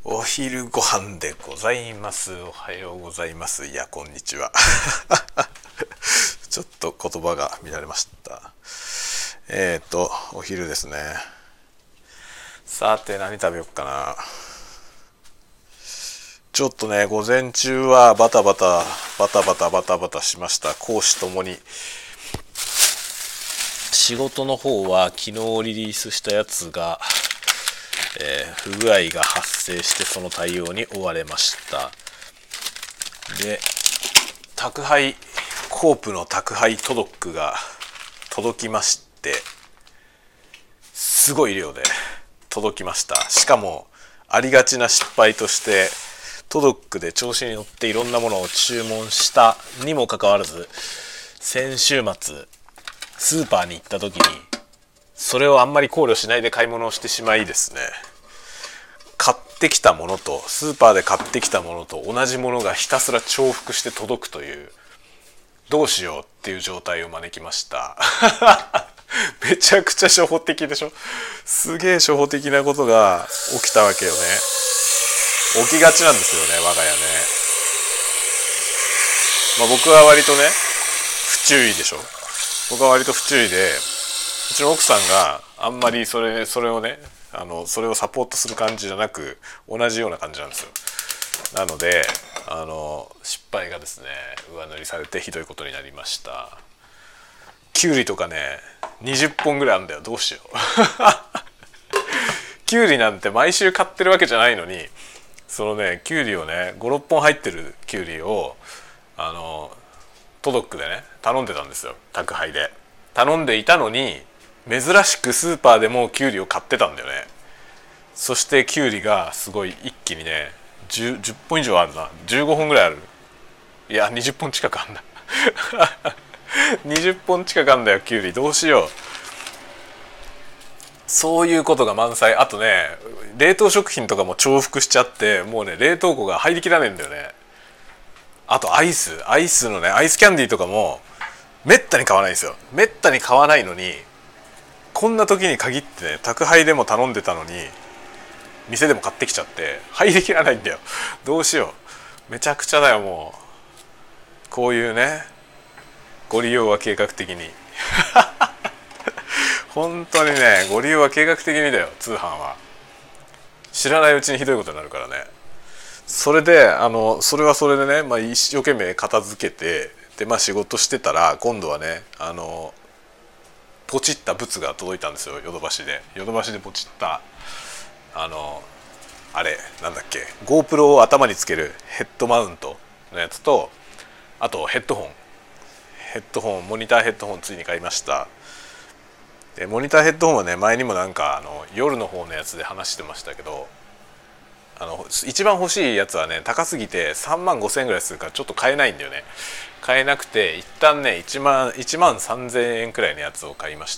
お昼ご飯でございます。おはようございます。いや、こんにちは。ちょっと言葉が乱れました。お昼ですね。さて、何食べよっかな。ちょっとね、午前中はバタバタしました。公私ともに。仕事の方は昨日リリースしたやつが、不具合が発生してその対応に追われました。で、宅配コープの宅配トドックが届きまして、すごい量で届きました。しかもありがちな失敗として、トドックで調子に乗っていろんなものを注文したにもかかわらず、先週末スーパーに行った時にそれをあんまり考慮しないで買い物をしてしまいですね、買ってきたものとスーパーで買ってきたものと同じものがひたすら重複して届くという、どうしようっていう状態を招きました。めちゃくちゃ初歩的でしょ。すげえ初歩的なことが起きたわけよね。起きがちなんですよね、我が家ね。僕は割とね不注意でしょ。僕は割と不注意で、うちの奥さんがあんまりそれをね、それをサポートする感じじゃなく、同じような感じなんですよ。なので失敗がですね上塗りされてひどいことになりました。きゅうりとかね20本ぐらいあるんだよ。どうしよう。きゅうりなんて毎週買ってるわけじゃないのに、そのねきゅうりをね5、6本入ってるきゅうりをトドックでね頼んでたんですよ。宅配で頼んでいたのに、珍しくスーパーでもきゅうりを買ってたんだよね。そしてきゅうりがすごい一気にね 10本以上あるな。15本ぐらいある。いや20本近くあんだ。20本近くあんだよ、きゅうり。どうしよう。そういうことが満載。あとね冷凍食品とかも重複しちゃって、もうね冷凍庫が入りきらないんだよね。あとアイスのねアイスキャンディーとかもめったに買わないんですよ。めったに買わないのに、こんな時に限ってね宅配でも頼んでたのに店でも買ってきちゃって入りきらないんだよ。どうしよう。めちゃくちゃだよ。もうこういうねご利用は計画的に。本当にねご利用は計画的にだよ、通販は。知らないうちにひどいことになるからね。それでそれはそれでね、一生懸命片付けて、で仕事してたら今度はねポチったブツが届いたんですよ。ヨドバシでポチったあれなんだっけ、 GoPro を頭につけるヘッドマウントのやつと、あとヘッドホンモニターヘッドホンついに買いました。でモニターヘッドホンはね前にもなんか夜の方のやつで話してましたけど、一番欲しいやつはね高すぎて3万5千円ぐらいするからちょっと買えないんだよね。買えなくて一旦ね1万3千円くらいのやつを買いました。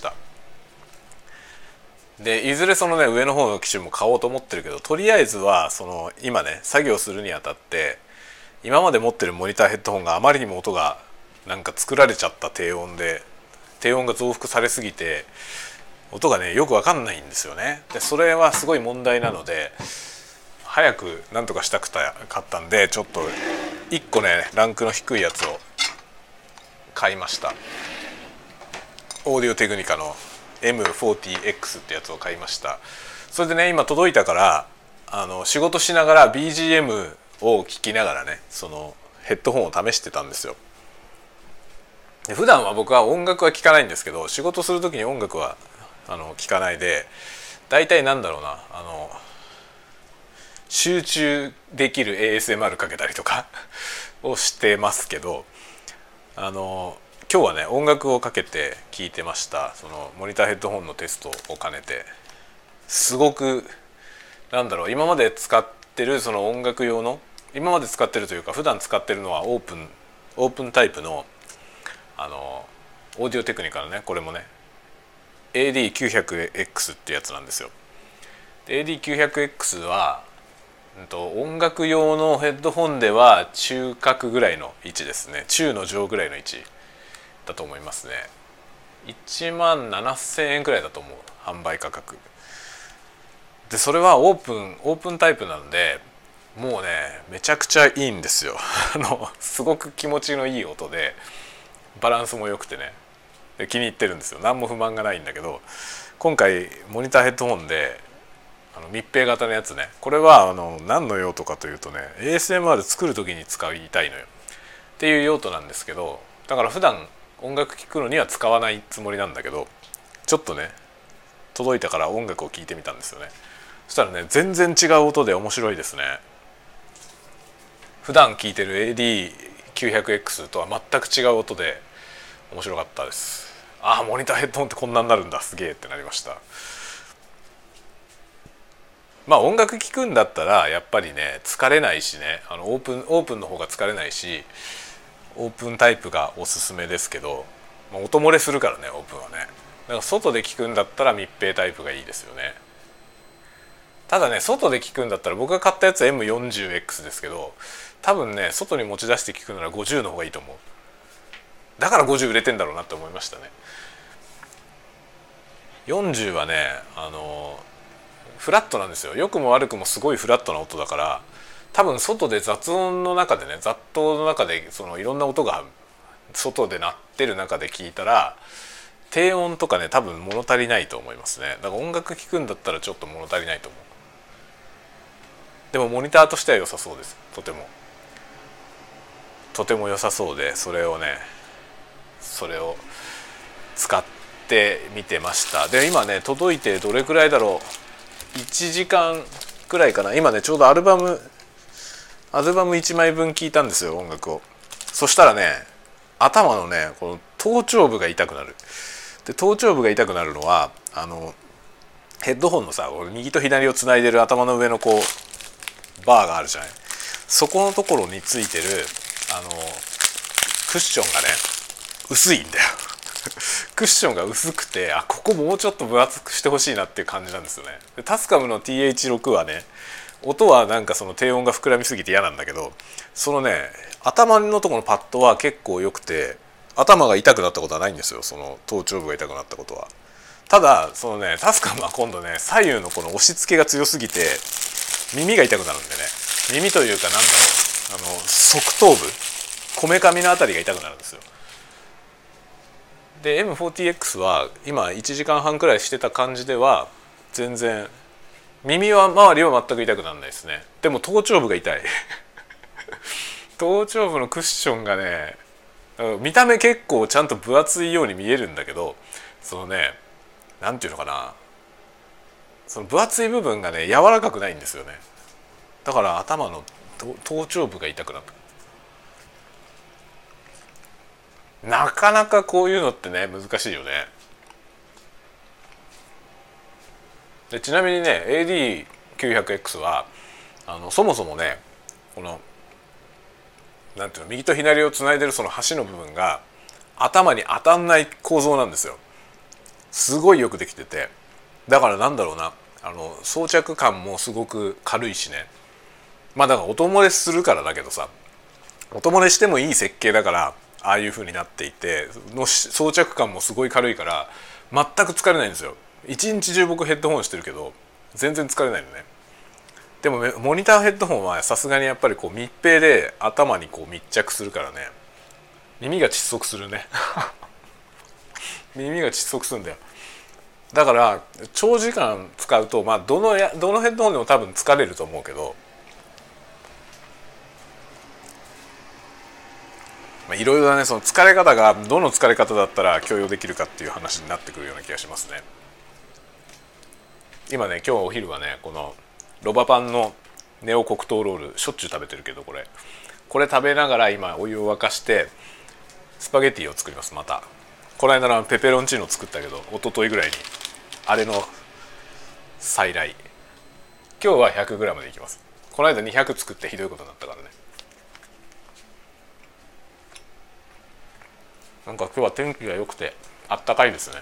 でいずれそのね上の方の機種も買おうと思ってるけど、とりあえずはその今ね作業するにあたって今まで持ってるモニターヘッドホンがあまりにも音がなんか作られちゃった低音で、低音が増幅されすぎて音がねよくわかんないんですよね。でそれはすごい問題なので、早くなんとかしたくたかったんで、ちょっと1個ねランクの低いやつを買いました。オーディオテクニカの M40X ってやつを買いました。それでね今届いたから仕事しながら BGM を聞きながらねそのヘッドホンを試してたんですよ。で普段は僕は音楽は聴かないんですけど、仕事する時に音楽は聴かないで、だいたいなんだろうな集中できる ASMR かけたりとかをしてますけど、今日はね音楽をかけて聴いてました。そのモニターヘッドホンのテストを兼ねて、すごくなんだろう、今まで使ってるその音楽用の、今まで使ってるというか普段使ってるのはオープンタイプのオーディオテクニカのね、これもね AD900X ってやつなんですよ。AD900X は音楽用のヘッドホンでは中格ぐらいの位置ですね。中の上ぐらいの位置だと思いますね。1万7千円くらいだと思う、販売価格でそれはオープンタイプなんでもうねめちゃくちゃいいんですよすごく気持ちのいい音でバランスも良くてねで気に入ってるんですよ。何も不満がないんだけど、今回モニターヘッドホンで密閉型のやつね、これは何の用途かというとね ASMR 作る時に使いたいのよっていう用途なんですけど、だから普段音楽聴くのには使わないつもりなんだけど、ちょっとね届いたから音楽を聴いてみたんですよね。そしたらね全然違う音で面白いですね。普段聴いてる AD900X とは全く違う音で面白かったです。ああモニターヘッドホンってこんなになるんだ、すげえってなりました。まあ音楽聴くんだったらやっぱりね疲れないしね、オープンの方が疲れないしオープンタイプがおすすめですけど、まあ、音漏れするからねオープンはね。だから外で聴くんだったら密閉タイプがいいですよね。ただね外で聴くんだったら僕が買ったやつは M40X ですけど、多分ね外に持ち出して聴くなら50の方がいいと思う。だから50売れてんだろうなって思いましたね。40はねフラットなんですよ。良くも悪くもすごいフラットな音だから、多分外で雑音の中でね雑踏の中でいろんな音が外で鳴ってる中で聞いたら低音とかね多分物足りないと思いますね。だから音楽聴くんだったらちょっと物足りないと思う。でもモニターとしては良さそうです。とても良さそうで、それを使ってみてました。で今ね届いてどれくらいだろう、1時間くらいかな。今ねちょうどアルバム1枚分聞いたんですよ、音楽を。そしたらね頭のねこの頭頂部が痛くなる。で頭頂部が痛くなるのはヘッドホンのさ右と左をつないでる頭の上のこうバーがあるじゃない。そこのところについてるクッションがね薄いんだよクッションが薄くて、ここもうちょっと分厚くしてほしいなっていう感じなんですよね。でタスカムの TH6 はね音はなんかその低音が膨らみすぎて嫌なんだけど、そのね頭のところのパッドは結構良くて頭が痛くなったことはないんですよ。その頭頂部が痛くなったことは。ただそのねタスカムは今度ね左右のこの押し付けが強すぎて耳が痛くなるんでね、耳というかなんだろう側頭部こめかみのあたりが痛くなるんですよ。で M40X は今1時間半くらいしてた感じでは全然耳は周りは全く痛くならないですね。でも頭頂部が痛い頭頂部のクッションがね見た目結構ちゃんと分厚いように見えるんだけど、そのねなんていうのかな、その分厚い部分がね柔らかくないんですよね。だから頭の頭頂部が痛くなった。なかなかこういうのってね難しいよね。でちなみにね AD900X はそもそもねこのなんていうの右と左をつないでるその端の部分が頭に当たんない構造なんですよ。すごいよくできてて、だからなんだろうな装着感もすごく軽いしね。まあだから音漏れするからだけどさ、音漏れしてもいい設計だからああいう風になっていての装着感もすごい軽いから全く疲れないんですよ。一日中僕ヘッドホンしてるけど全然疲れないのね。でもモニターヘッドホンはさすがにやっぱりこう密閉で頭にこう密着するからね耳が窒息するね耳が窒息するんだよ。だから長時間使うとまあどのヘッドホンでも多分疲れると思うけど、いろいろなねその疲れ方がどの疲れ方だったら許容できるかっていう話になってくるような気がしますね。今ね今日お昼はねこのロバパンのネオ黒糖ロールしょっちゅう食べてるけど、これ食べながら今お湯を沸かしてスパゲティを作ります。またこの間のペペロンチーノ作ったけど一昨日ぐらいにあれの再来。今日は 100g でいきます。この間200作ってひどいことになったからね。なんか今日は天気が良くてあったかいですね。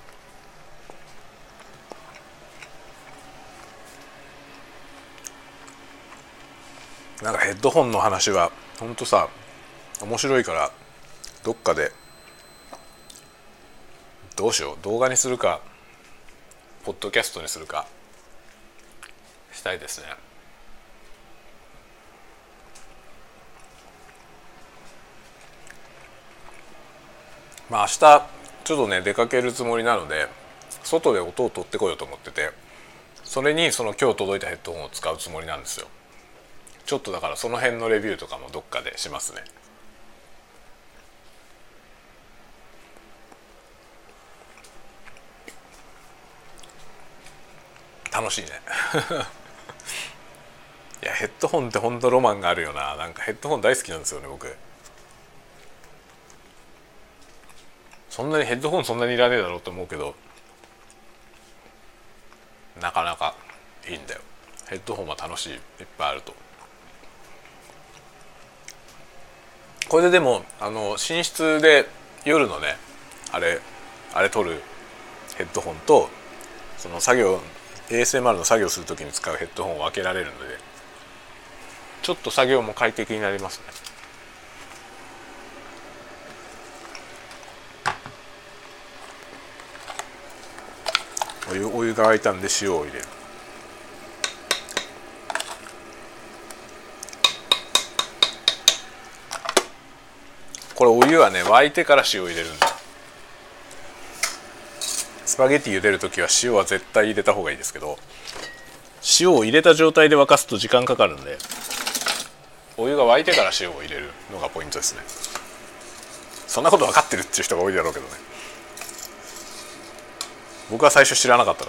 なんかヘッドホンの話はほんとさ面白いからどっかでどうしよう、動画にするかポッドキャストにするかしたいですね。まあ明日ちょっとね出かけるつもりなので外で音を取ってこようと思ってて、それにその今日届いたヘッドホンを使うつもりなんですよ。ちょっとだからその辺のレビューとかもどっかでしますね。楽しいねいやヘッドホンってほんとロマンがあるよな。なんかヘッドホン大好きなんですよね僕。そんなにヘッドホンそんなにいらねえだろうと思うけど、なかなかいいんだよ。ヘッドホンは楽しい、いっぱいあると。これででも寝室で夜のねあれ撮るヘッドホンとその作業 ASMR の作業するときに使うヘッドホンを分けられるので、ちょっと作業も快適になりますね。お湯が沸いたんで塩を入れる。これお湯はね沸いてから塩を入れるんだ。スパゲティ茹でるときは塩は絶対入れた方がいいですけど、塩を入れた状態で沸かすと時間かかるんで、お湯が沸いてから塩を入れるのがポイントですね。そんなこと分かってるっていう人が多いだろうけどね。僕は最初知らなかったから。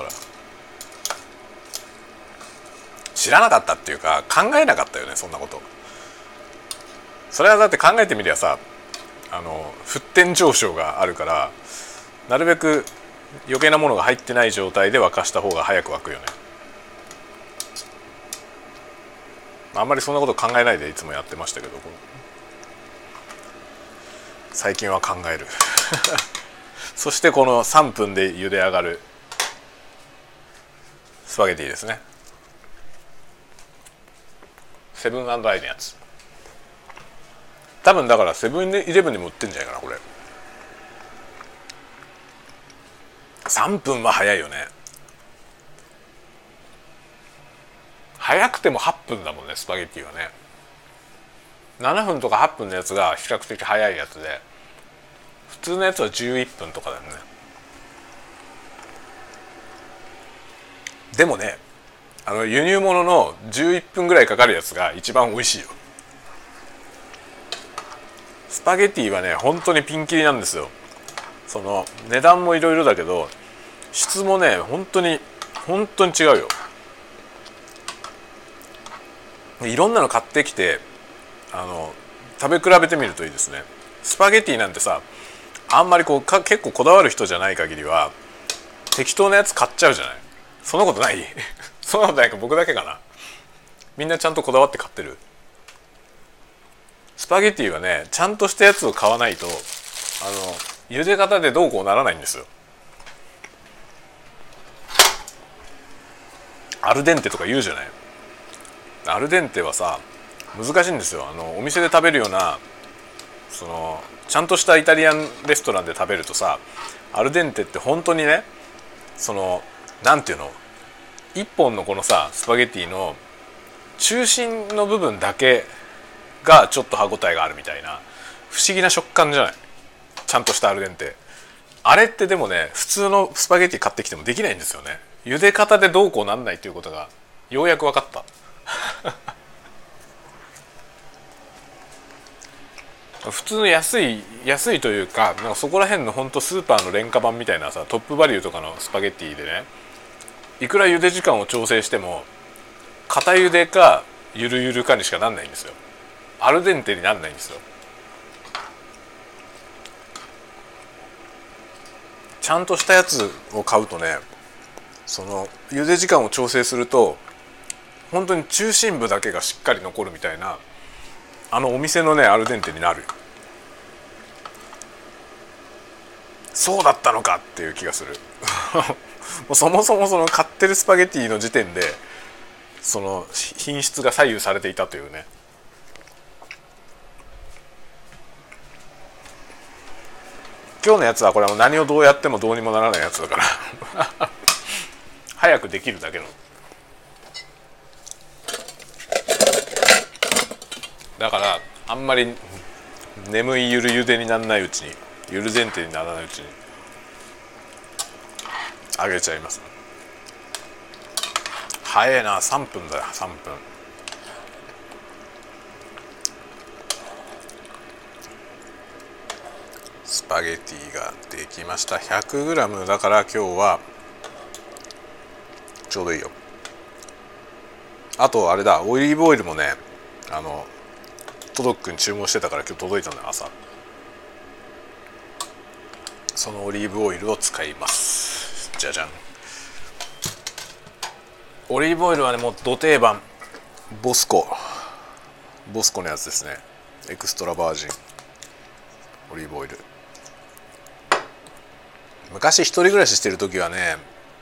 知らなかったっていうか考えなかったよね、そんなこと。それはだって考えてみりゃさ、沸点上昇があるから、なるべく余計なものが入ってない状態で沸かした方が早く沸くよね。あんまりそんなこと考えないでいつもやってましたけど、最近は考えるそしてこの3分で茹で上がるスパゲティですね。セブン&アイのやつ、多分だからセブンイレブンにも売ってんじゃないかなこれ。3分は早いよね。早くても8分だもんねスパゲティはね。7分とか8分のやつが比較的早いやつで、普通のやつは11分とかだよね。でもね輸入物の11分ぐらいかかるやつが一番美味しいよ。スパゲティはね本当にピンキリなんですよ。その値段もいろいろだけど質もね本当に違うよ。いろんなの買ってきて食べ比べてみるといいですね。スパゲティなんてさ、あんまり結構こだわる人じゃない限りは適当なやつ買っちゃうじゃない。そんなことないそんなことないか僕だけかな。みんなちゃんとこだわって買ってる。スパゲティはねちゃんとしたやつを買わないと茹で方でどうこうならないんですよ。アルデンテとか言うじゃない。アルデンテはさ難しいんですよ。お店で食べるようなちゃんとしたイタリアンレストランで食べるとさ、アルデンテって本当にねなんていうの、一本のこのさスパゲティの中心の部分だけがちょっと歯ごたえがあるみたいな不思議な食感じゃない、ちゃんとしたアルデンテ。あれってでもね普通のスパゲティ買ってきてもできないんですよね。茹で方でどうこうなんないということがようやく分かった普通の安いというか、なんかそこら辺のほんとスーパーの廉価版みたいなさトップバリューとかのスパゲッティでね、いくら茹で時間を調整しても固茹でかゆるゆるかにしかなんないんですよ。アルデンテになんないんですよ。ちゃんとしたやつを買うとね、茹で時間を調整すると本当に中心部だけがしっかり残るみたいな、お店のねアルデンテになる。そうだったのかっていう気がするもうそもそも買ってるスパゲティの時点で品質が左右されていたというね。今日のやつはこれは何をどうやってもどうにもならないやつだから早くできるだけの。 だからあんまり眠いゆるゆでにならないうちに、ゆる前提にならないうちに揚げちゃいます。早いな、3分だよ、3分。スパゲティができました。 100g だから今日はちょうどいいよ。あとあれだ、オリーブオイルもね、トドックに注文してたから今日届いたんだよ、朝。そのオリーブオイルを使います。じゃじゃん。オリーブオイルはね、もうど定番、ボスコのやつですね。エクストラバージンオリーブオイル。昔一人暮らししてる時はね、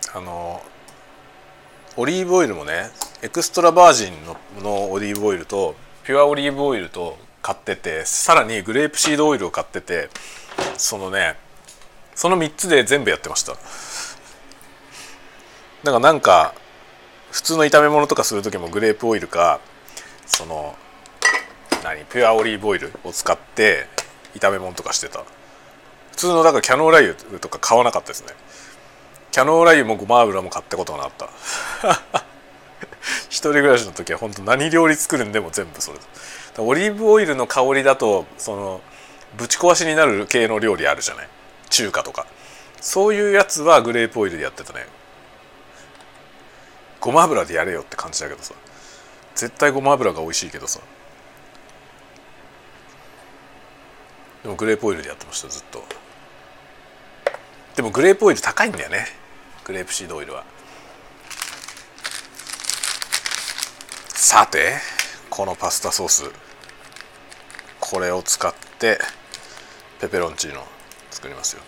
オリーブオイルもね、エクストラバージン のオリーブオイルとピュアオリーブオイルと買ってて、さらにグレープシードオイルを買ってて、その3つで全部やってました。だからなんか普通の炒め物とかする時もグレープオイルかピュアオリーブオイルを使って炒め物とかしてた。普通のだからキャノーラ油とか買わなかったですね。キャノーラ油もごま油も買ったことがなかった一人暮らしの時は本当何料理作るんでも全部それ。オリーブオイルの香りだとぶち壊しになる系の料理あるじゃない、中華とか。そういうやつはグレープオイルでやってたね。ごま油でやれよって感じだけどさ、絶対ごま油が美味しいけどさ。でもグレープオイルでやってました、ずっと。でもグレープオイル高いんだよね、グレープシードオイルは。さてこのパスタソース、これを使ってペペロンチーノ作りますよ。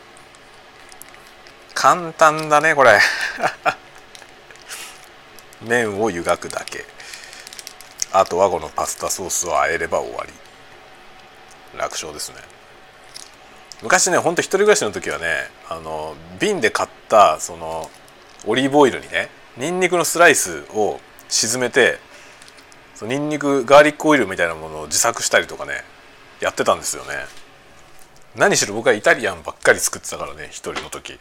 簡単だねこれ麺を湯がくだけ。あとはこのパスタソースを和えれば終わり。楽勝ですね。昔ね、ほんと一人暮らしの時はね、瓶で買ったオリーブオイルにね、ニンニクのスライスを沈めて、ニンニクガーリックオイルみたいなものを自作したりとかね、やってたんですよね。何しろ僕はイタリアンばっかり作ってたからね、一人の時。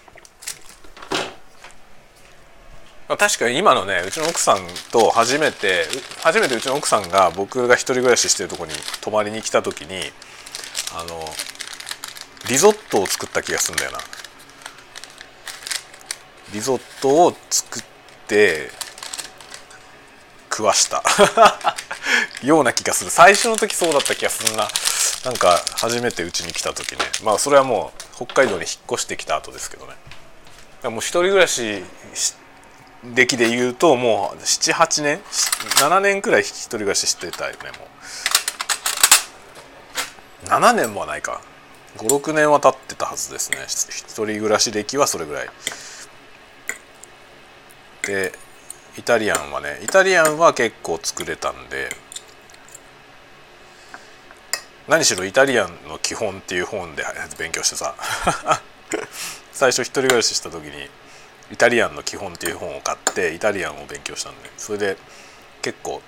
確かに今のね、うちの奥さんと初めてうちの奥さんが僕が一人暮らししてるとこに泊まりに来た時にリゾットを作った気がするんだよな。リゾットを作って食わしたような気がする。最初の時そうだった気がするな。なんか初めてうちに来た時ね、まあそれはもう北海道に引っ越してきた後ですけどね。もう一人暮らし歴で言うともう 7,8 年7年くらい一人暮らししてたよね。もう7年もはないか、5、6年は経ってたはずですね。一人暮らし歴はそれぐらいで、イタリアンは結構作れたんで、何しろイタリアンの基本っていう本で勉強してさ最初一人暮らしした時にイタリアンの基本っていう本を買ってイタリアンを勉強したんで、それで結構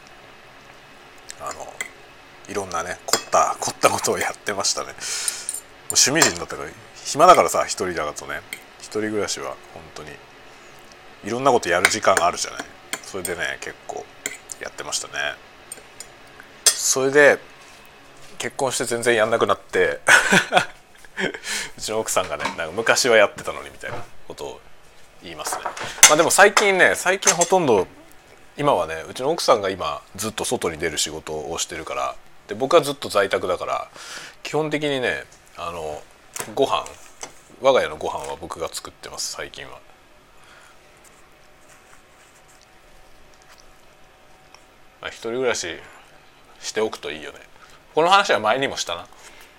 いろんなね凝ったことをやってましたね。趣味人だったから、暇だからさ、一人だとね、一人暮らしは本当にいろんなことやる時間があるじゃない。それでね結構やってましたね。それで結婚して全然やんなくなってうちの奥さんがね、なんか昔はやってたのにみたいなことを言いますね。まあでも最近ほとんど今はね、うちの奥さんが今ずっと外に出る仕事をしてるから、で僕はずっと在宅だから基本的にね我が家のご飯は僕が作ってます最近は。まあ、一人暮らししておくといいよね。この話は前にもしたな。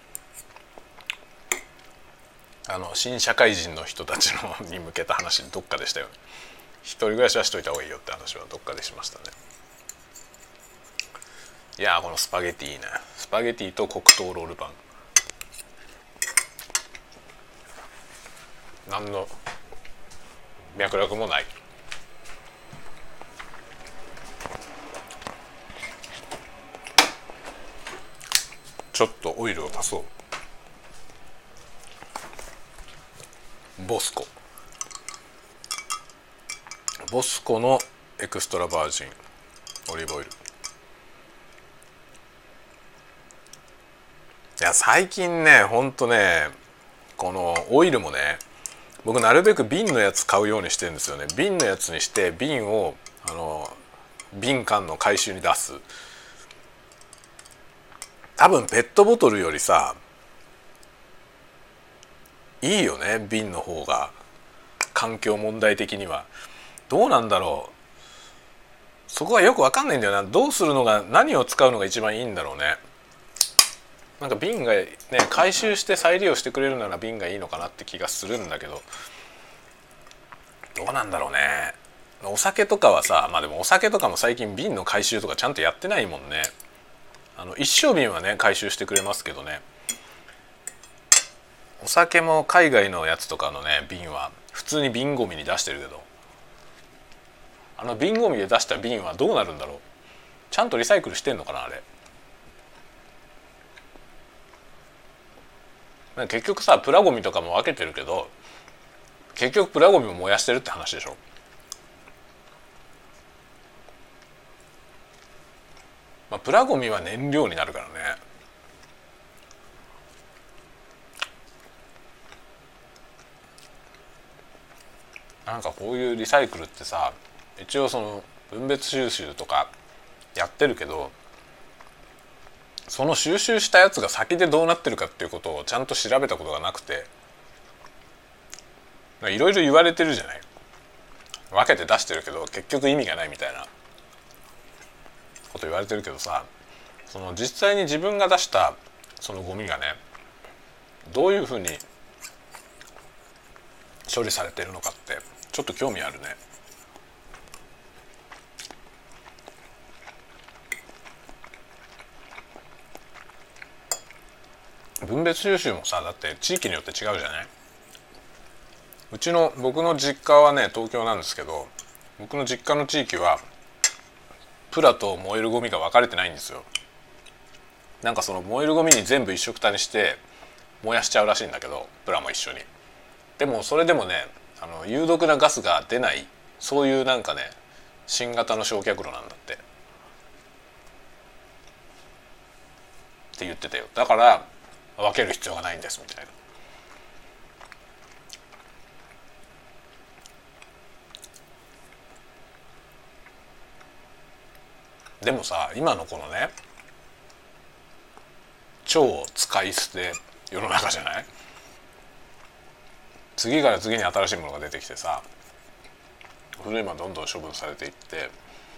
新社会人の人たちに向けた話どっかでしたよね。一人暮らしはしといた方がいいよって話はどっかでしましたね。いやー、このスパゲティね、スパゲティと黒糖ロールパン、何の脈絡もない。 ちょっとオイルを足そう。ボスコのエクストラバージンオリーブオイル。いや最近ねほんとねこのオイルもね僕なるべく瓶のやつ買うようにしてるんですよね。瓶のやつにして瓶を瓶缶の回収に出す。多分ペットボトルよりさいいよね瓶の方が。環境問題的にはどうなんだろう。そこはよく分かんないんだよな。どうするのが何を使うのが一番いいんだろうね。なんか瓶がね回収して再利用してくれるなら瓶がいいのかなって気がするんだけど、どうなんだろうね。お酒とかはさ、まあでもお酒とかも最近瓶の回収とかちゃんとやってないもんね。一升瓶はね回収してくれますけどね。お酒も海外のやつとかのね瓶は普通に瓶ゴミに出してるけど、瓶ゴミで出した瓶はどうなるんだろう。ちゃんとリサイクルしてんのかなあれ。結局さプラゴミとかも分けてるけど結局プラゴミも燃やしてるって話でしょ。まあ、プラゴミは燃料になるからね。なんかこういうリサイクルってさ一応その分別収集とかやってるけど、その収集したやつが先でどうなってるかっていうことをちゃんと調べたことがなくて、いろいろ言われてるじゃない。分けて出してるけど結局意味がないみたいなこと言われてるけどさ、その実際に自分が出したそのゴミがねどういうふうに処理されてるのかってちょっと興味あるね。分別収集もさだって地域によって違うじゃない。僕の実家はね東京なんですけど、僕の実家の地域はプラと燃えるゴミが分かれてないんですよ。なんかその燃えるゴミに全部一緒くたにして燃やしちゃうらしいんだけど、プラも一緒に。でもそれでもね有毒なガスが出ない、そういうなんかね新型の焼却炉なんだって言ってたよ。だから分ける必要がないんですみたいな。でもさ今のこのね超使い捨て世の中じゃない。次から次に新しいものが出てきてさ、古いものどんどん処分されていって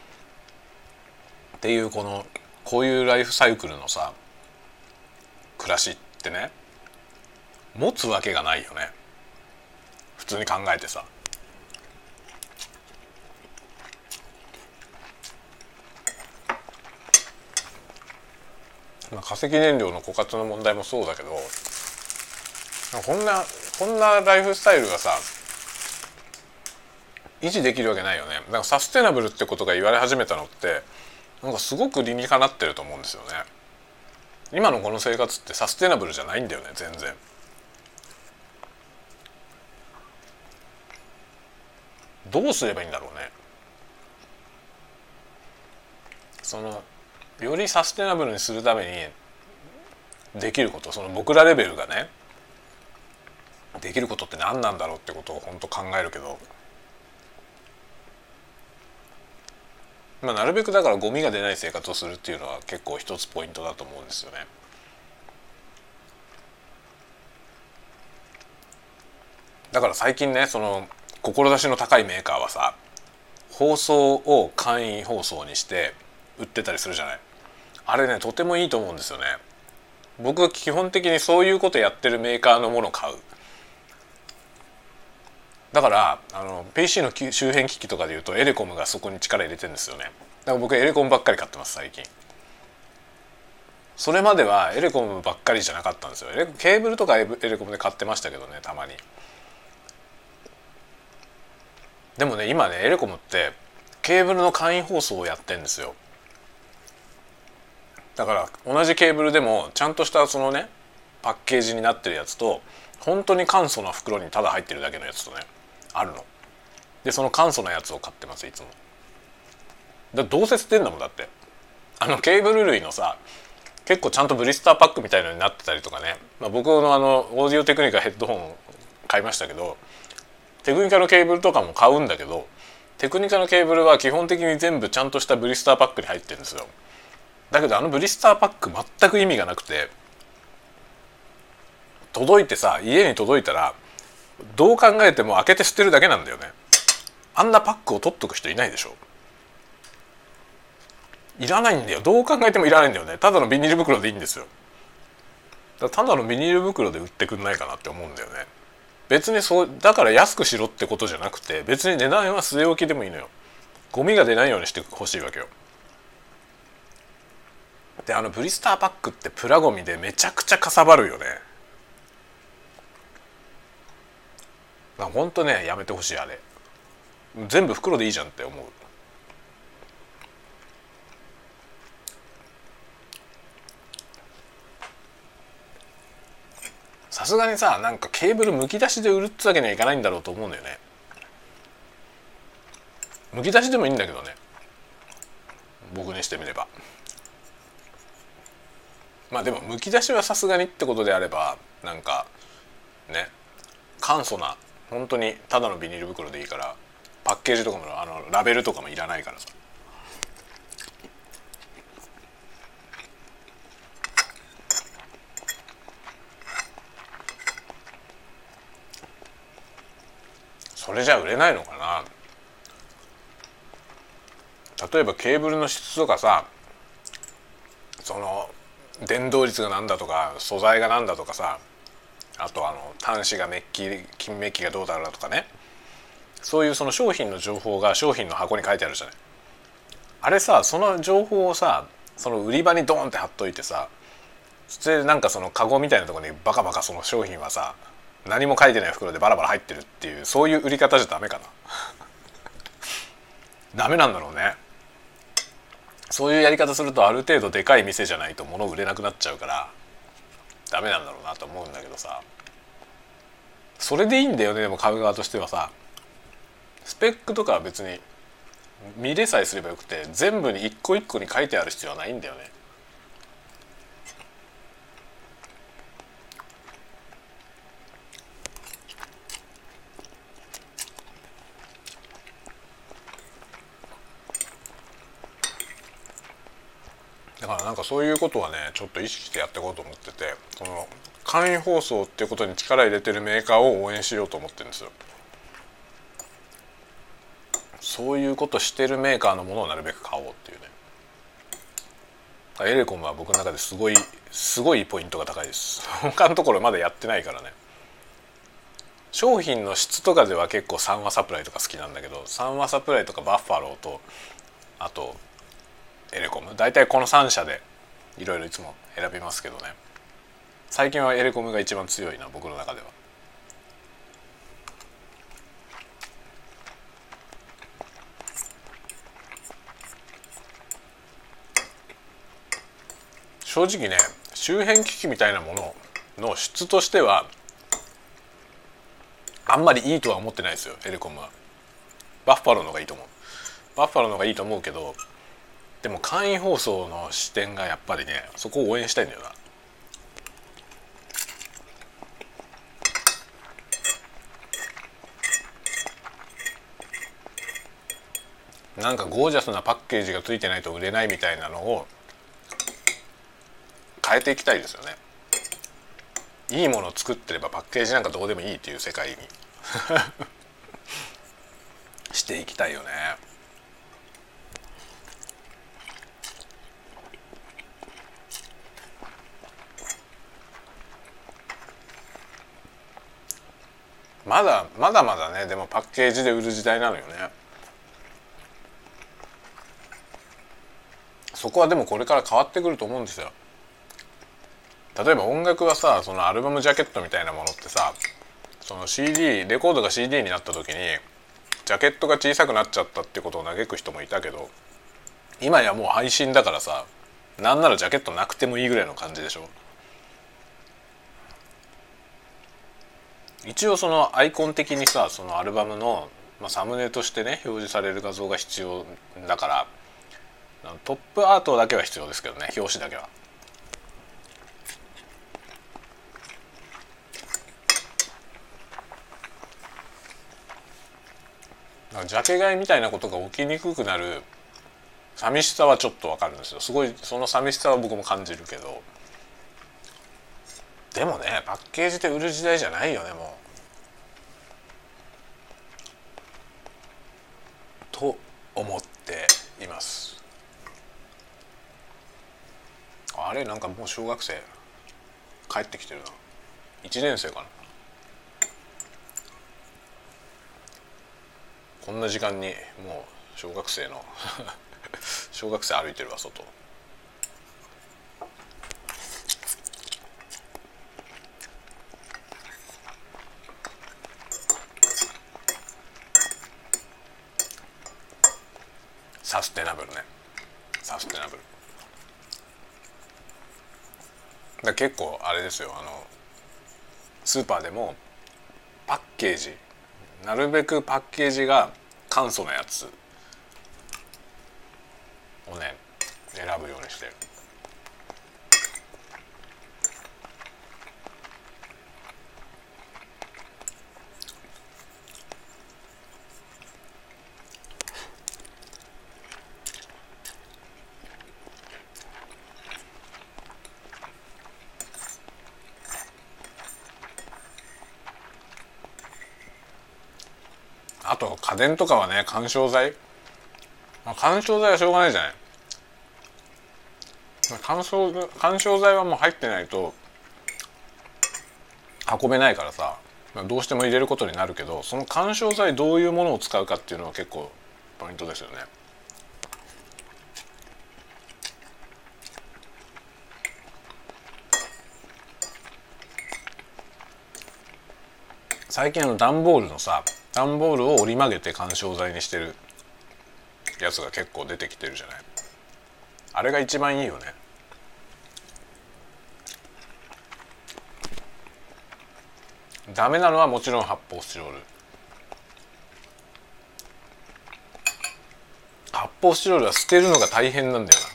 っていうこういうライフサイクルのさ暮らしってね持つわけがないよね普通に考えてさ。化石燃料の枯渇の問題もそうだけど、こんなライフスタイルがさ維持できるわけないよね。だからサステナブルってことが言われ始めたのってなんかすごく理にかなってると思うんですよね。今のこの生活ってサステナブルじゃないんだよね全然。どうすればいいんだろうね。よりサステナブルにするためにできること、その僕らレベルがねできることって何なんだろうってことを本当考えるけど、まあなるべくだからゴミが出ない生活をするっていうのは結構一つポイントだと思うんですよね。だから最近ねその志の高いメーカーはさ包装を簡易包装にして売ってたりするじゃない。あれねとてもいいと思うんですよね。僕は基本的にそういうことやってるメーカーのものを買う。だからPC の周辺機器とかでいうとエレコムがそこに力入れてるんですよね。だから僕エレコムばっかり買ってます最近。それまではエレコムばっかりじゃなかったんですよ。ケーブルとかエレコムで買ってましたけどねたまに。でもね今ねエレコムってケーブルの簡易包装をやってんですよ。 だから同じケーブルでもちゃんとしたそのねパッケージになってるやつと、本当に簡素な袋にただ入ってるだけのやつとねあるので、その簡素なやつを買ってますいつも。どうせ捨てんだもん。だってケーブル類のさ、結構ちゃんとブリスターパックみたいのになってたりとかね、僕のオーディオテクニカヘッドホン買いましたけど、テクニカのケーブルとかも買うんだけど、テクニカのケーブルは基本的に全部ちゃんとしたブリスターパックに入ってるんですよ。だけどブリスターパック全く意味がなくて、届いてさ、家に届いたらどう考えても開けて捨てるだけなんだよね。あんなパックを取っとく人いないでしょ。いらないんだよ。どう考えてもいらないんだよね。ただのビニール袋でいいんですよ。ただのビニール袋で売ってくんないかなって思うんだよね。別にそうだから安くしろってことじゃなくて、別に値段は据え置きでもいいのよ。ゴミが出ないようにしてほしいわけよ。でブリスターパックってプラゴミでめちゃくちゃかさばるよね。ほんとね、やめてほしい。あれ全部袋でいいじゃんって思う。さすがにさ、なんかケーブルむき出しで売るってわけにはいかないんだろうと思うんだよね。むき出しでもいいんだけどね、僕にしてみれば。でもむき出しはさすがにってことであれば、なんかね、簡素な本当にただのビニール袋でいいから、パッケージとかもラベルとかもいらないからさ。それじゃ売れないのかな。例えばケーブルの質とかさ、その伝導率がなんだとか素材がなんだとかさ、あと端子が金メッキがどうだろうとかね、そういうその商品の情報が商品の箱に書いてあるじゃない。あれさ、その情報をさ、その売り場にドーンって貼っといてさ、それでなんかそのカゴみたいなところにバカバカその商品はさ、何も書いてない袋でバラバラ入ってるっていう、そういう売り方じゃダメかな。ダメなんだろうね。そういうやり方するとある程度でかい店じゃないと物売れなくなっちゃうからダメなんだろうなと思うんだけどさ、それでいいんだよね。でも買う側としてはさ、スペックとかは別に見れさえすればよくて、全部に一個一個に書いてある必要はないんだよね。だからなんかそういうことはね、ちょっと意識してやっていこうと思ってて、この簡易包装っていうことに力入れてるメーカーを応援しようと思ってるんですよ。そういうことしてるメーカーのものをなるべく買おうっていうね。エレコムは僕の中ですごいポイントが高いです。他のところまだやってないからね。商品の質とかでは結構三和サプライとか好きなんだけど、三和サプライとかバッファローとあとエレコム、大体この3社でいろいろいつも選びますけどね。最近はエレコムが一番強いな、僕の中では。正直ね、周辺機器みたいなものの質としてはあんまりいいとは思ってないですよ、エレコムは。バッファローの方がいいと思う。バッファローの方がいいと思うけど、でも簡易包装の視点がやっぱりね、そこを応援したいんだよな。なんかゴージャスなパッケージがついてないと売れないみたいなのを変えていきたいですよね。いいものを作ってればパッケージなんかどうでもいいっていう世界にしていきたいよね。まだね、でもパッケージで売る時代なのよね。そこはでもこれから変わってくると思うんですよ。例えば音楽はさ、そのアルバムジャケットみたいなものってさ、その レコードが CD になった時にジャケットが小さくなっちゃったってことを嘆く人もいたけど、今やもう配信だからさ、 なんならジャケットなくてもいいぐらいの感じでしょ。一応そのアイコン的にさ、そのアルバムの、サムネとしてね表示される画像が必要だから、トップアートだけは必要ですけどね、表紙だけは。ジャケ買いみたいなことが起きにくくなる寂しさはちょっとわかるんですよ。すごいその寂しさは僕も感じるけど、でもねパッケージで売る時代じゃないよねもう。と思っています。あれなんかもう小学生帰ってきてるな。1年生かな。こんな時間にもう小学生の小学生歩いてるわ外。サステナブルね、サステナブルだ。結構あれですよ、スーパーでもパッケージ、なるべくパッケージが簡素なやつをね選ぶようにしてる。あと家電とかはね緩衝材、緩衝材はしょうがないじゃない。緩衝材はもう入ってないと運べないからさ、どうしても入れることになるけど、その緩衝材どういうものを使うかっていうのは結構ポイントですよね。最近段ボールのさ、段ボールを折り曲げて緩衝材にしてるやつが結構出てきてるじゃない。あれが一番いいよね。ダメなのはもちろん発泡スチロール。発泡スチロールは捨てるのが大変なんだよな。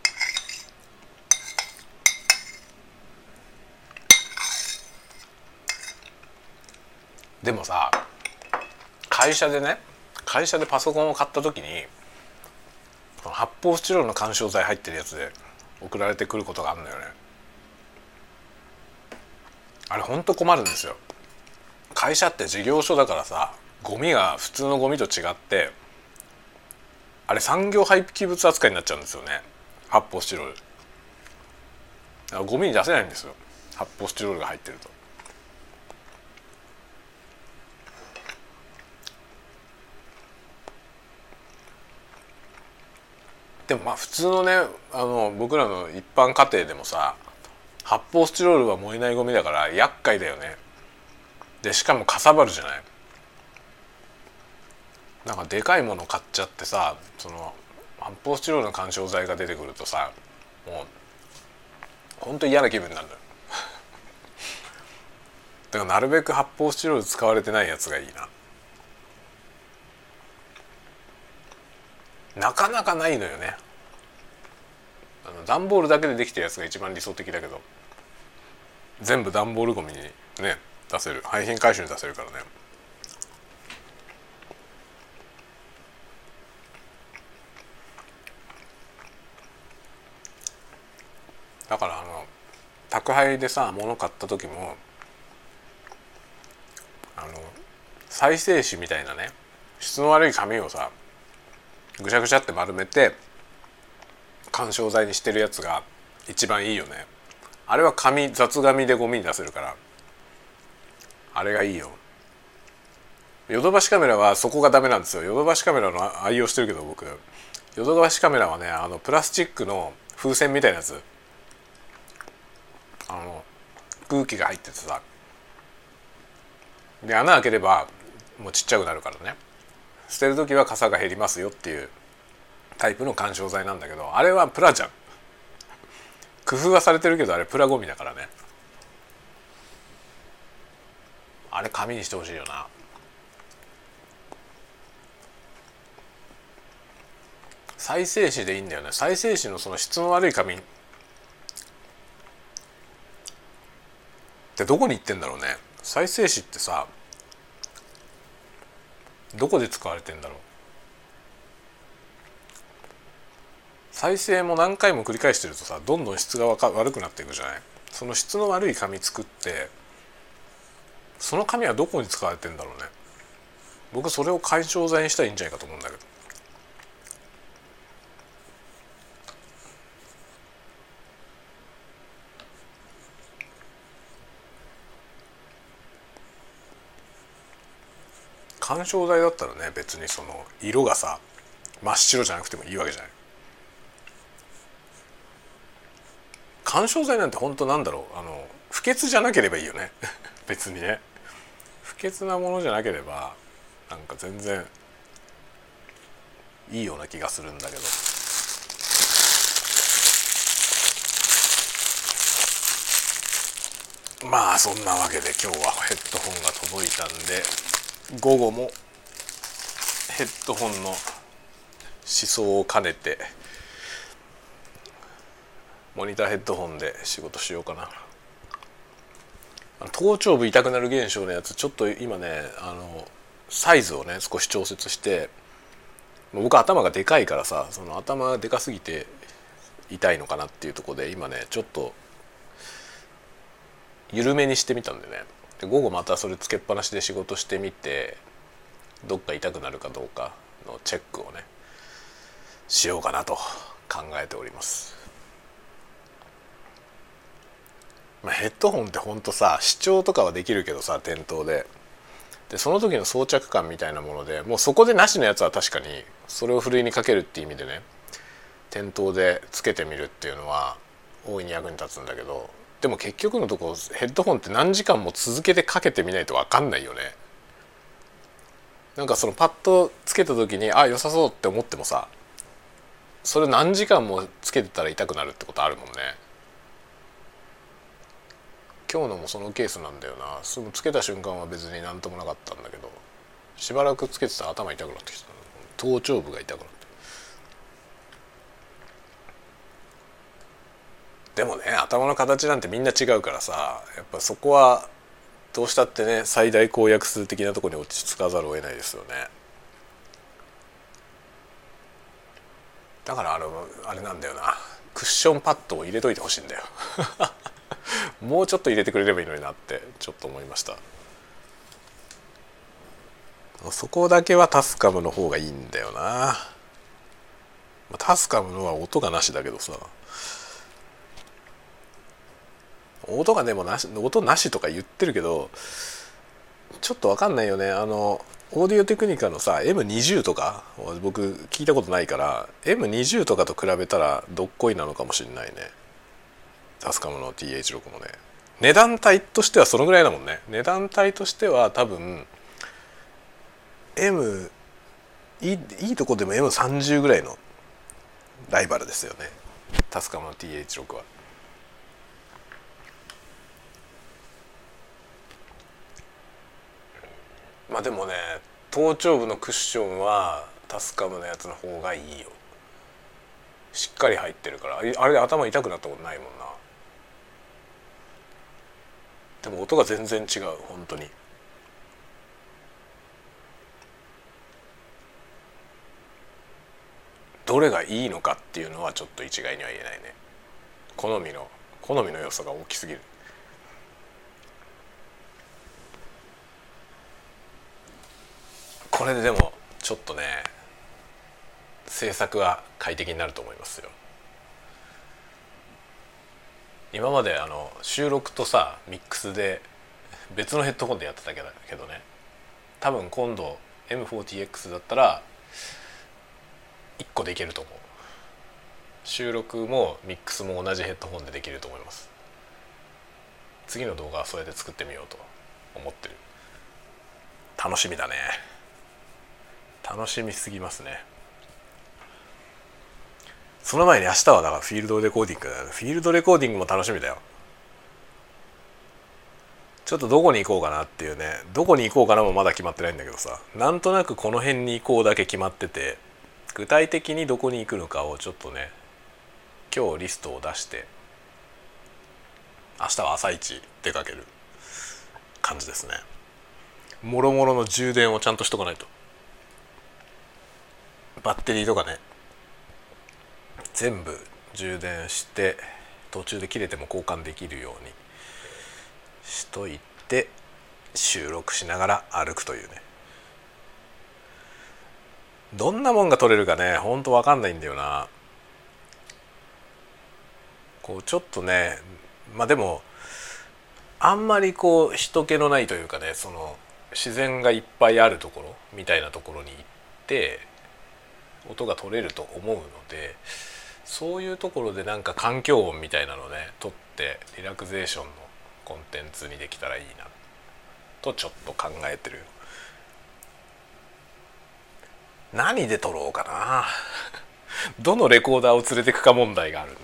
でもさ、会社でパソコンを買った時に発泡スチロールの緩衝材入ってるやつで送られてくることがあるんだよね。あれほんと困るんですよ。会社って事業所だからさ、ゴミが普通のゴミと違って、あれ産業廃棄物扱いになっちゃうんですよね、発泡スチロール。だからゴミに出せないんですよ、発泡スチロールが入ってると。でも普通のね、僕らの一般家庭でもさ、発泡スチロールは燃えないゴミだから厄介だよね。でしかもかさばるじゃない。なんかでかいもの買っちゃってさ、その発泡スチロールの緩衝材が出てくるとさ、もうほんと嫌な気分になるんだよ。だからなるべく発泡スチロール使われてないやつがいいな。なかなかないのよね。段ボールだけでできてるやつが一番理想的だけど、全部段ボールゴミにね出せる、廃品回収に出せるからね。だから宅配でさ物買った時も再生紙みたいなね質の悪い紙をさぐしゃぐしゃって丸めて緩衝材にしてるやつが一番いいよね。あれは雑紙でゴミに出せるからあれがいいよ。ヨドバシカメラはそこがダメなんですよ。ヨドバシカメラの愛用してるけど僕、ヨドバシカメラはねプラスチックの風船みたいなやつ、空気が入っててさ、で穴開ければもうちっちゃくなるからね、捨てる時は傘が減りますよっていうタイプの緩衝材なんだけど、あれはプラじゃん。 工夫はされてるけどあれプラゴミだからね。あれ紙にしてほしいよな。再生紙でいいんだよね。再生紙のその質の悪い紙ってどこに行ってんだろうね。再生紙ってさどこで使われてんだろう。再生も何回も繰り返してるとさどんどん質が悪くなっていくじゃない。その質の悪い紙作ってその紙はどこに使われてんだろうね。僕それを緩衝材にしたらいいんじゃないかと思うんだけど。緩衝材だったらね別にその色がさ真っ白じゃなくてもいいわけじゃない。緩衝材なんて本当なんだろう不潔じゃなければいいよね別にね不潔なものじゃなければなんか全然いいような気がするんだけど。まあそんなわけで今日はヘッドホンが届いたんで午後もヘッドホンの思想を兼ねてモニターヘッドホンで仕事しようかな。頭頂部痛くなる現象のやつちょっと今ねサイズをね少し調節して、僕頭がでかいからさその頭がでかすぎて痛いのかなっていうところで今ねちょっと緩めにしてみたんでね。で午後またそれつけっぱなしで仕事してみてどっか痛くなるかどうかのチェックをねしようかなと考えております。ヘッドホンってほんとさ視聴とかはできるけどさ店頭でその時の装着感みたいなものでもうそこでなしのやつは確かにそれをふるいにかけるっていう意味でね店頭でつけてみるっていうのは大いに役に立つんだけど、でも結局のところヘッドホンって何時間も続けてかけてみないと分かんないよね。なんかそのパッとつけた時に良さそうって思ってもさそれ何時間もつけてたら痛くなるってことあるもんね。今日のもそのケースなんだよな。すぐつけた瞬間は別になんともなかったんだけどしばらくつけてたら頭痛くなってきた。頭頂部が痛くなって。でもね頭の形なんてみんな違うからさやっぱそこはどうしたってね最大公約数的なところに落ち着かざるを得ないですよね。だからあれなんだよなクッションパッドを入れといてほしいんだよもうちょっと入れてくれればいいのになってちょっと思いました。そこだけはタスカムの方がいいんだよな。タスカムのは音がなしだけどさ音がでも音なしとか言ってるけどちょっと分かんないよね。オーディオテクニカのさ M20 とか僕聞いたことないから M20 とかと比べたらどっこいなのかもしれないね。タスカムの TH6 もね値段帯としてはそのぐらいだもんね。値段帯としては多分いいとこでも M30 ぐらいのライバルですよねタスカムの TH6 は。まあでもね頭頂部のクッションはタスカムのやつの方がいいよ。しっかり入ってるからあれで頭痛くなったことないもんな。でも音が全然違う本当に。どれがいいのかっていうのはちょっと一概には言えないね。好みの良さが大きすぎる。これででもちょっとね制作は快適になると思いますよ。今まで収録とさミックスで別のヘッドホンでやってたけどね多分今度 M40X だったら1個でいけると思う。収録もミックスも同じヘッドホンでできると思います。次の動画はそれで作ってみようと思ってる。楽しみだね。楽しみすぎますね。 その前に明日はだからフィールドレコーディングだよ。フィールドレコーディングも楽しみだよ。ちょっとどこに行こうかなっていうね、どこに行こうかなもまだ決まってないんだけどさ、なんとなくこの辺に行こうだけ決まってて、具体的にどこに行くのかをちょっとね今日リストを出して、明日は朝一出かける感じですね。もろもろの充電をちゃんとしとかないと。バッテリーとかね全部充電して、途中で切れても交換できるようにしといて、収録しながら歩くというね。どんなもんが撮れるかねほんと分かんないんだよな。こうちょっとね、まあでもあんまりこう人気のないというかね、その自然がいっぱいあるところみたいなところに行って音が取れると思うので、そういうところでなんか環境音みたいなのね取ってリラクゼーションのコンテンツにできたらいいなとちょっと考えてる。何で撮ろうかなどのレコーダーを連れてくか問題があるね。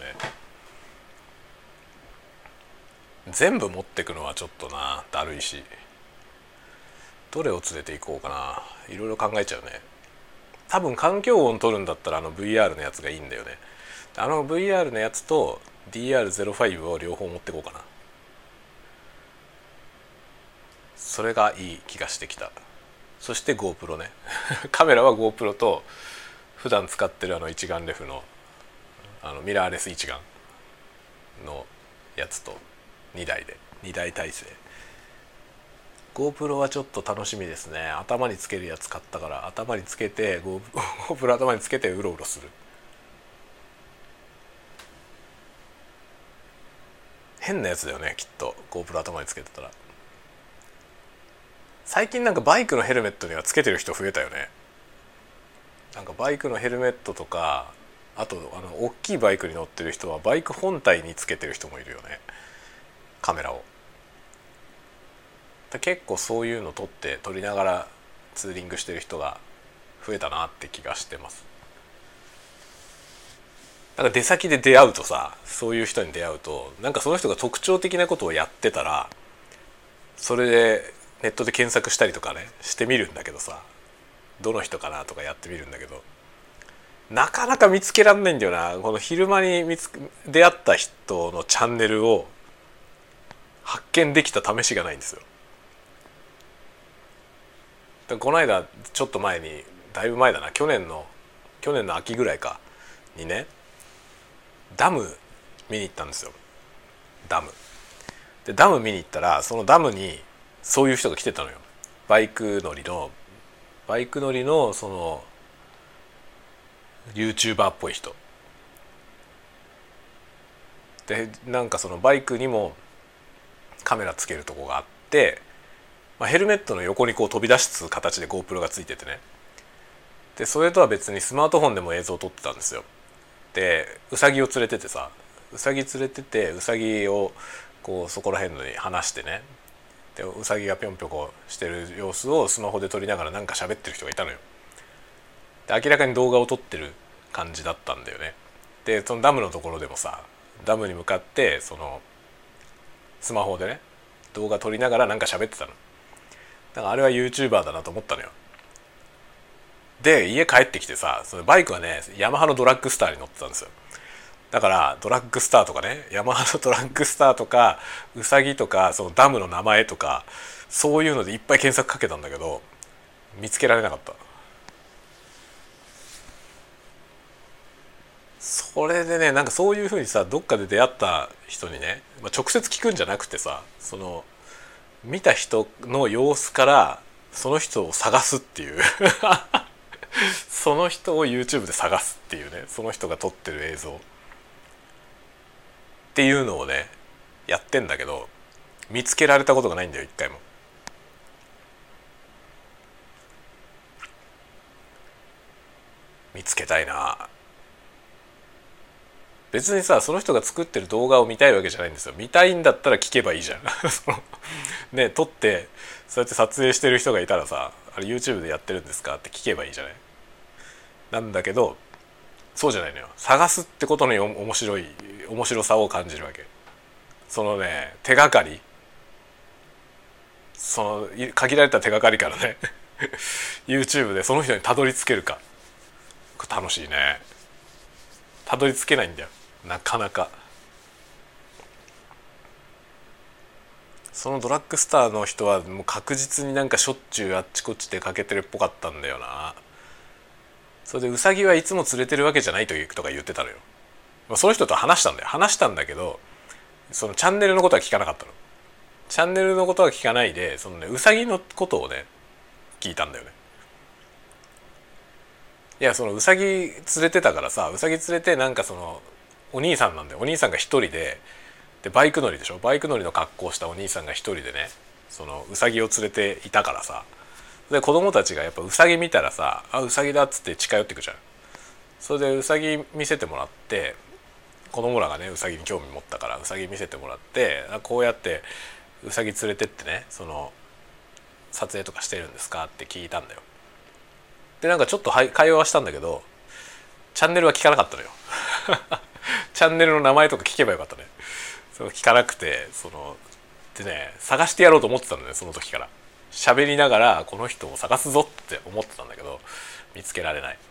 全部持ってくのはちょっとなだるいし、どれを連れて行こうかな、いろいろ考えちゃうね。多分環境音取るんだったらVR のやつがいいんだよね。VR のやつと DR05 を両方持ってこうかな。それがいい気がしてきた。そして GoPro ねカメラは GoPro と普段使ってる一眼レフのミラーレス一眼のやつと2台で2台体制。 GoPro はちょっと楽しみですね。頭につけるやつ買ったから、頭につけて GoPro 頭につけてうろうろする。変なやつだよねきっと GoPro 頭につけてたら。最近なんかバイクのヘルメットにはつけてる人増えたよね。なんかバイクのヘルメットとか、あと大きいバイクに乗ってる人はバイク本体につけてる人もいるよね、カメラを。結構そういうの撮りながらツーリングしてる人が増えたなって気がしてます。なんか出先で出会うとさ、そういう人に出会うとなんかその人が特徴的なことをやってたら、それでネットで検索したりとかねしてみるんだけどさ、どの人かなとかやってみるんだけど、なかなか見つけらんないんだよな。この昼間に出会った人のチャンネルを発見できた試しがないんですよ。この間ちょっと前に、だいぶ前だな、去年の秋ぐらいかにね、ダム見に行ったんですよ。ダム見に行ったら、そのダムにそういう人が来てたのよ。バイク乗りのその YouTuber っぽい人で、なんかそのバイクにもカメラつけるとこがあって、ヘルメットの横にこう飛び出す形で GoPro がついててね。でそれとは別にスマートフォンでも映像を撮ってたんですよ。でウサギを連れててさ、ウサギをこうそこら辺のに離してね、でウサギがぴょんぴょこしてる様子をスマホで撮りながらなんか喋ってる人がいたのよ。で明らかに動画を撮ってる感じだったんだよね。でそのダムのところでもさ、ダムに向かってそのスマホでね動画撮りながらなんか喋ってたの。だからあれは YouTuber だなと思ったのよ。で家帰ってきてさ、そのバイクはねヤマハのドラッグスターに乗ってたんですよ。だからドラッグスターとかね、ヤマハのドラッグスターとかウサギとかそのダムの名前とかそういうのでいっぱい検索かけたんだけど見つけられなかった。それでね、なんかそういうふうにさ、どっかで出会った人にね、直接聞くんじゃなくてさ、その見た人の様子からその人を探すっていうその人を YouTube で探すっていうね、その人が撮ってる映像っていうのをねやってんだけど、見つけられたことがないんだよ、一回も。見つけたいな。別にさ、その人が作ってる動画を見たいわけじゃないんですよ。見たいんだったら聞けばいいじゃんそのね、撮ってそうやって撮影してる人がいたらさ、あれ YouTube でやってるんですかって聞けばいいじゃない。なんだけどそうじゃないのよ。探すってことに面白さを感じるわけ。そのね、手がかり、その限られた手がかりからねYouTube でその人にたどり着けるか、楽しいね。たどり着けないんだよ、なかなか。そのドラッグスターの人はもう確実になんかしょっちゅうあっちこっちでかけてるっぽかったんだよな。それでウサギはいつも連れてるわけじゃないとか言ってたのよ。その人と話したんだけど、そのチャンネルのことは聞かなかったの。チャンネルのことは聞かないで、そのね、ウサギのことをね聞いたんだよね。いや、そのウサギ連れてたからさ、ウサギ連れて、なんかそのお兄さんなんだよ。お兄さんが一人でバイク乗りでしょ。バイク乗りの格好をしたお兄さんが一人でね、そのウサギを連れていたからさ。で子供たちがやっぱウサギ見たらさ、あ、ウサギだっつって近寄ってくじゃん。それでウサギ見せてもらって、子供らがねウサギに興味持ったからウサギ見せてもらって、こうやってウサギ連れてってね、その撮影とかしてるんですかって聞いたんだよ。でなんかちょっと会話はしたんだけど、チャンネルは聞かなかったのよチャンネルの名前とか聞けばよかったね。その聞かなくて、でね、探してやろうと思ってたのね、その時から。喋りながらこの人を探すぞって思ってたんだけど、見つけられない。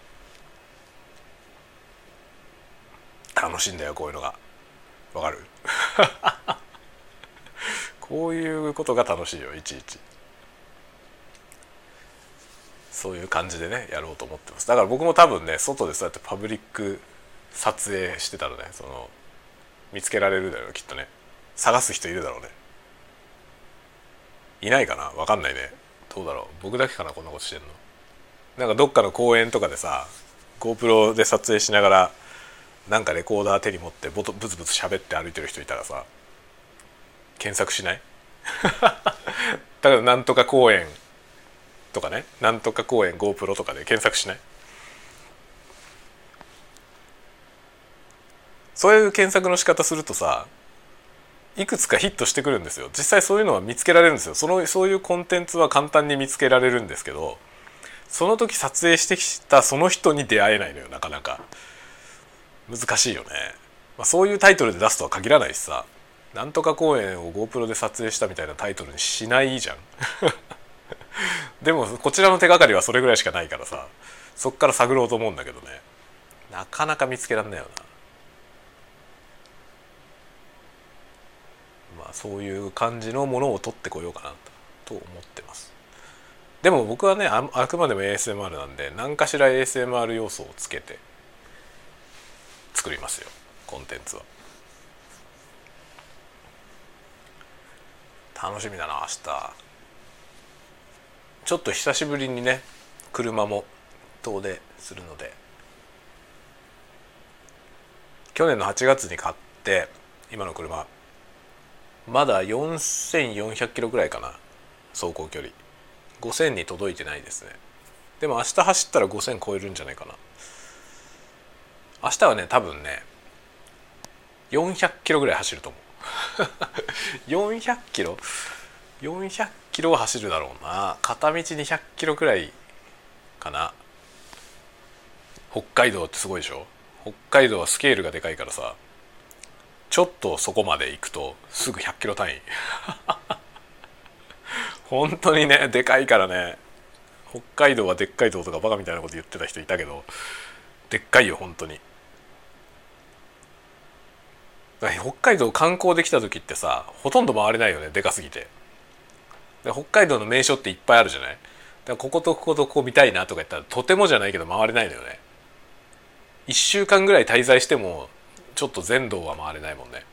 楽しいんだよ、こういうのが。わかるこういうことが楽しいよ、いちいち。そういう感じでねやろうと思ってます。だから僕も多分ね、外でそうやってパブリック撮影してたらね、見つけられるだろう、きっとね。探す人いるだろうね。いないかな、わかんないね。どうだろう、僕だけかな、こんなことしてんの。なんかどっかの公園とかでさ、 GoPro で撮影しながらなんかレコーダー手に持ってブツブツ喋って歩いてる人いたらさ、検索しないだからなんとか公園とかね、なんとか公園 GoPro とかで検索しない？そういう検索の仕方するとさ、いくつかヒットしてくるんですよ。実際そういうのは見つけられるんですよ。そういうコンテンツは簡単に見つけられるんですけど、その時撮影してきたその人に出会えないのよ、なかなか。難しいよね。そういうタイトルで出すとは限らないしさ、なんとか公園を GoPro で撮影したみたいなタイトルにしないじゃんでもこちらの手がかりはそれぐらいしかないからさ、そっから探ろうと思うんだけどね、なかなか見つけらんないよな。そういう感じのものを取ってこようかなと思ってます。でも僕はね、あくまでも ASMR なんで、何かしら ASMR 要素をつけて作りますよ、コンテンツは。楽しみだな、明日。ちょっと久しぶりにね、車も遠出するので、去年の8月に買って今の車まだ4400キロぐらいかな、走行距離。5000に届いてないですね。でも明日走ったら5000超えるんじゃないかな。明日はね、多分ね400キロぐらい走ると思う400キロ400キロは走るだろうな。片道200キロくらいかな。北海道ってすごいでしょ。北海道はスケールがでかいからさ、ちょっとそこまで行くとすぐ100キロ単位本当にね、でかいからね。北海道はでっかい道とかバカみたいなこと言ってた人いたけど、でっかいよ本当に。北海道観光できた時ってさ、ほとんど回れないよね、でかすぎて。で北海道の名所っていっぱいあるじゃない。だからこことこことここ見たいなとか言ったらとてもじゃないけど回れないのよね。1週間ぐらい滞在してもちょっと全道は回れないもんね。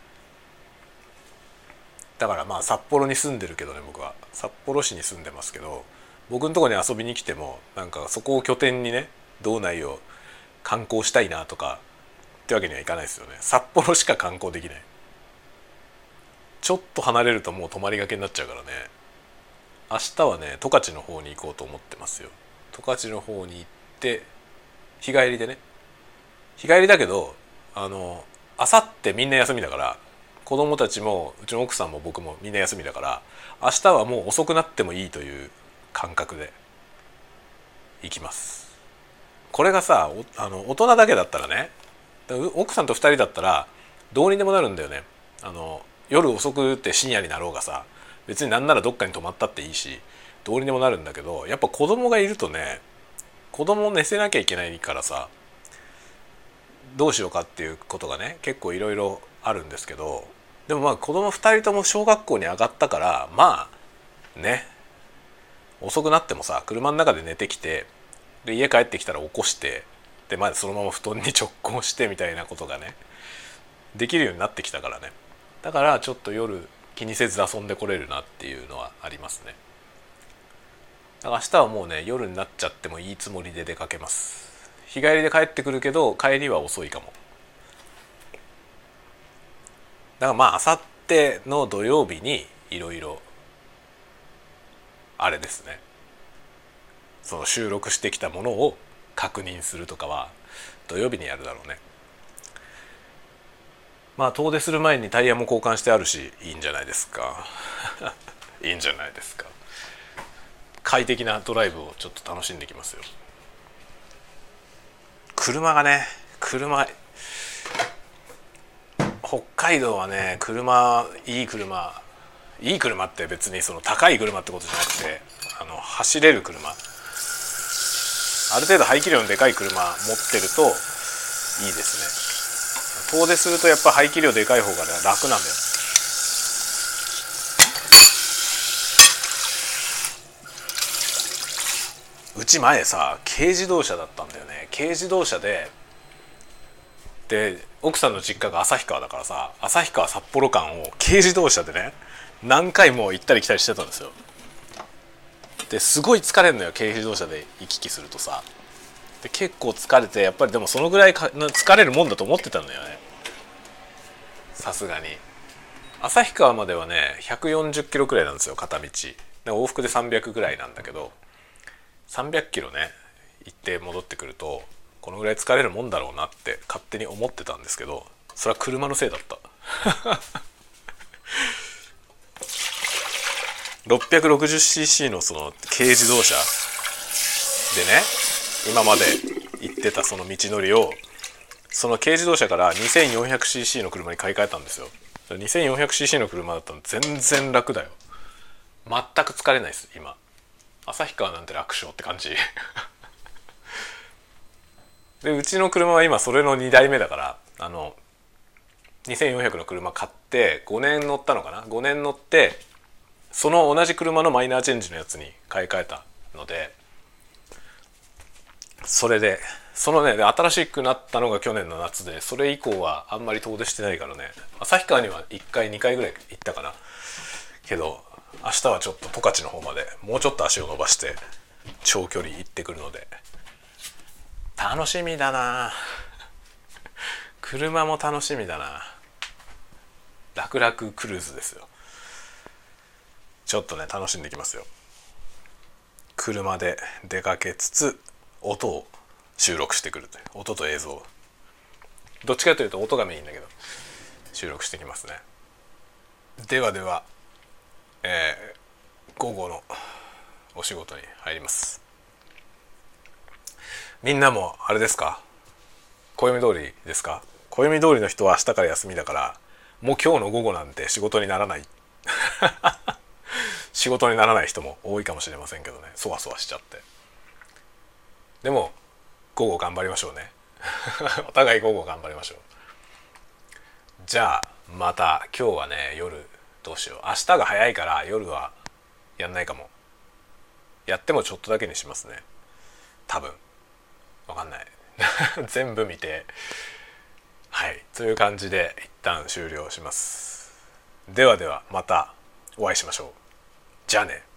だからまあ札幌に住んでるけどね、僕は札幌市に住んでますけど、僕のところに遊びに来てもなんかそこを拠点にね、道内を観光したいなとかってわけにはいかないですよね。札幌しか観光できない。ちょっと離れるともう泊まりがけになっちゃうからね。明日はね、十勝の方に行こうと思ってますよ。十勝の方に行って日帰りでね、日帰りだけど明後日みんな休みだから、子供たちもうちの奥さんも僕もみんな休みだから、明日はもう遅くなってもいいという感覚で行きます。 これがさ大人だけだったらね、奥さんと2人だったらどうにでもなるんだよね。夜遅くって深夜になろうがさ、別になんならどっかに泊まったっていいしどうにでもなるんだけど、やっぱ子供がいるとね、子供を寝せなきゃいけないからさ、どうしようかっていうことがね結構いろいろあるんですけど、でもまあ子供2人とも小学校に上がったから、まあね、遅くなってもさ車の中で寝てきて、で家帰ってきたら起こして、でまあそのまま布団に直行してみたいなことがねできるようになってきたからね。だからちょっと夜気にせず遊んでこれるなっていうのはありますね。だから明日はもうね夜になっちゃってもいいつもりで出かけます。日帰りで帰ってくるけど帰りは遅いかも。だからまあ明後日の土曜日にいろいろあれですね、その収録してきたものを確認するとかは土曜日にやるだろうね。まあ遠出する前にタイヤも交換してあるしいいんじゃないですかいいんじゃないですか。快適なドライブをちょっと楽しんできますよ。車がね、北海道はね、いい車って別にその高い車ってことじゃなくて、走れる車、ある程度排気量のでかい車持ってるといいですね。遠出するとやっぱ排気量でかい方が楽なんだよ。うち前さ軽自動車だったんだよね。軽自動車で奥さんの実家が旭川だからさ、旭川札幌間を軽自動車でね何回も行ったり来たりしてたんですよ。ですごい疲れるのよ、軽自動車で行き来するとさ。で結構疲れて、やっぱりでもそのぐらい疲れるもんだと思ってたんだよね、さすがに。旭川まではね140キロくらいなんですよ、片道で。往復で300ぐらいなんだけど、300キロね行って戻ってくるとこのぐらい疲れるもんだろうなって勝手に思ってたんですけど、それは車のせいだった660cc のその軽自動車でね、今まで行ってたその道のりをその軽自動車から 2400cc の車に買い替えたんですよ。 2400cc の車だったら全然楽だよ。全く疲れないです今。旭川なんて楽勝って感じでうちの車は今それの2台目だから、2400の車買って5年乗ったのかな。5年乗ってその同じ車のマイナーチェンジのやつに買い替えたので、それでそのね新しくなったのが去年の夏で、それ以降はあんまり遠出してないからね。旭川には1回2回ぐらい行ったかな。けど明日はちょっと十勝の方までもうちょっと足を伸ばして長距離行ってくるので楽しみだな。車も楽しみだな。楽々クルーズですよ。ちょっとね楽しんできますよ。車で出かけつつ音を収録してくるという、音と映像どっちかというと音がメインだけど収録してきますね。ではでは、午後のお仕事に入ります。みんなもあれですか、暦通りですか。暦通りの人は明日から休みだから、もう今日の午後なんて仕事にならない仕事にならない人も多いかもしれませんけどね、そわそわしちゃって。でも午後頑張りましょうねお互い午後頑張りましょう。じゃあまた今日はね夜どうしよう。明日が早いから夜はやんないかも。やってもちょっとだけにしますね多分。わかんない全部見て、はいという感じで一旦終了します。ではではまたお会いしましょう。じゃあね。